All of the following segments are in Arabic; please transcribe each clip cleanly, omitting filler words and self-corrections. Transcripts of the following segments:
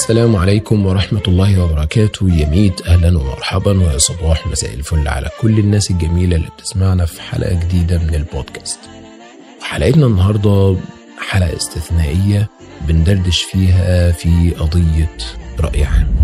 السلام عليكم ورحمة الله وبركاته. يا ميت أهلا ومرحبا ويا صباح مساء الفل على كل الناس الجميلة اللي بتسمعنا في حلقة جديدة من البودكاست. وحلقتنا النهاردة حلقة استثنائية بندردش فيها في قضية رأي عام.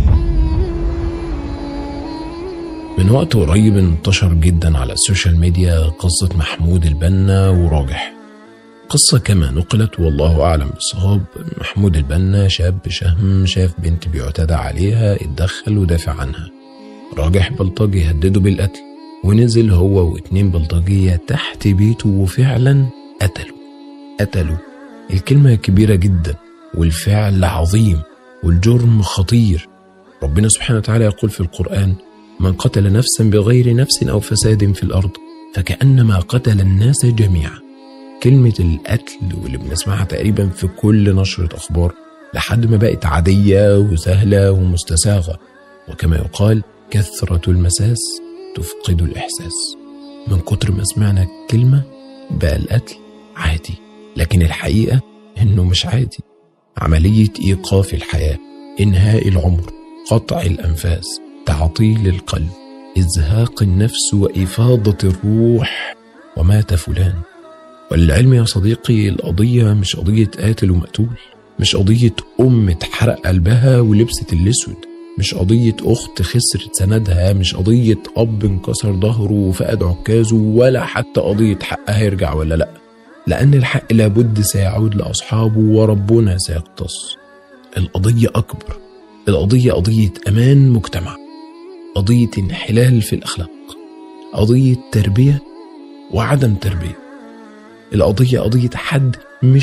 من وقت قريب انتشر جدا على السوشيال ميديا قصة محمود البنا وراجح. قصة كما نقلت والله أعلم بالصواب. محمود البنا شاب شهم شاف بنت بيعتدى عليها، اتدخل ودافع عنها. راجح بلطجي هدده بالقتل، ونزل هو و2 بلطجية تحت بيته وفعلا قتلوا. الكلمة كبيرة جدا والفعل عظيم والجرم خطير. ربنا سبحانه وتعالى يقول في القرآن: من قتل نفسا بغير نفس أو فساد في الأرض فكأنما قتل الناس جميعا. كلمة القتل واللي بنسمعها تقريبا في كل نشرة أخبار لحد ما بقت عادية وسهلة ومستساغة، وكما يقال: كثرة المساس تفقد الإحساس. من كتر ما سمعنا كلمة بقى القتل عادي، لكن الحقيقة إنه مش عادي. عملية إيقاف الحياة، إنهاء العمر، قطع الأنفاس، تعطيل القلب، إزهاق النفس وإفاضة الروح، ومات فلان. والعلم يا صديقي القضية مش قضية قاتل ومقتول، مش قضية اتحرق قلبها ولبست الأسود، مش قضية أخت خسرت سندها، مش قضية أب انكسر ظهره وفقد عكازه، ولا حتى قضية حقها يرجع ولا لأ، لأن الحق لابد سيعود لأصحابه وربنا سيقتص. القضية أكبر. القضية قضية أمان مجتمع، قضية انحلال في الأخلاق، قضية تربية وعدم تربية. القضية قضية حد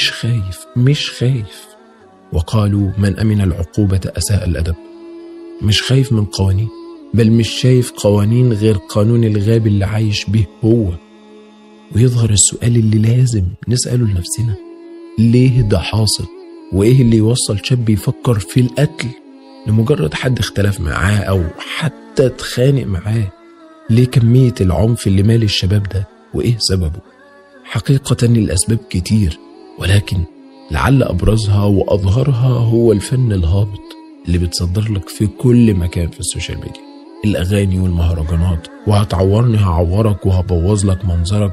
مش خايف. وقالوا: من أمن العقوبة أساء الأدب. مش خايف من قوانين، بل مش شايف قوانين غير قانون الغاب اللي عايش به هو. ويظهر السؤال اللي لازم نسأله لنفسنا: ليه ده حاصل؟ وإيه اللي يوصل شاب يفكر في القتل لمجرد حد اختلف معاه أو حتى اتخانق معاه؟ ليه كمية العنف اللي مالي الشباب ده؟ وإيه سببه؟ حقيقة الأسباب كتير، ولكن لعل أبرزها وأظهرها هو الفن الهابط اللي بتصدر لك في كل مكان في السوشيال ميديا. الأغاني والمهرجانات، وهتعورني هعورك وهبوظ لك منظرك،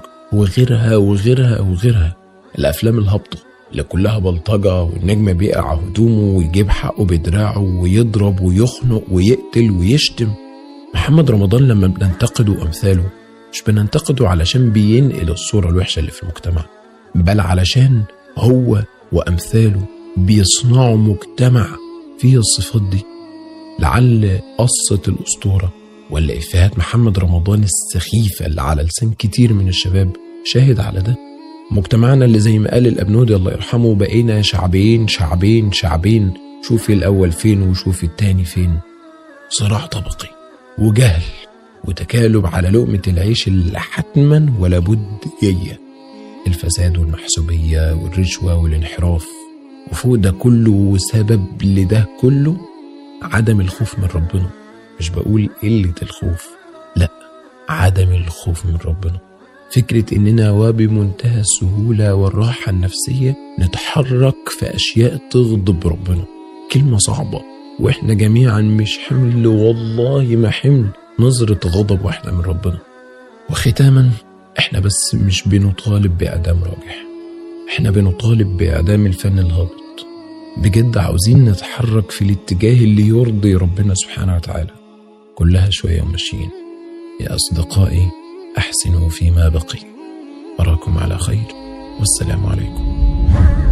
وغيرها. الأفلام الهابطة اللي كلها بلطجة، والنجم بيقع هدومه ويجيب حقه بدراعه ويضرب ويخنق ويقتل ويشتم. محمد رمضان لما بننتقده أمثاله مش بننتقده علشان بينقل الصورة الوحشة اللي في المجتمع، بل علشان هو وأمثاله بيصنعوا مجتمع فيه الصفات دي. لعل قصة الأسطورة ولا إفيهات محمد رمضان السخيفة اللي على لسان كتير من الشباب شاهد على ده. مجتمعنا اللي زي ما قال الأبنودي الله يرحمه: بقينا شعبين، شوفي الأول فين وشوفي التاني فين. صراع طبقي وجهل وتكالب على لقمة العيش اللي حتما ولا بد جاية. الفساد والمحسوبية والرشوة والانحراف، وفوق ده كله وسبب لده كله عدم الخوف من ربنا. مش بقول قلة الخوف، لا، عدم الخوف من ربنا. فكرة إننا وبمنتهى السهولة والراحة النفسية نتحرك في أشياء تغضب ربنا. كلمة صعبة، وإحنا جميعا مش حمل، والله ما حمل نظرة غضب واحدة من ربنا. وختاما، إحنا بس مش بنطالب بإعدام راجح، إحنا بنطالب بإعدام الفن الهابط. بجد عاوزين نتحرك في الاتجاه اللي يرضي ربنا سبحانه وتعالى. كلها شوية وماشيين. يا أصدقائي، أحسنوا فيما بقي. أراكم على خير، والسلام عليكم.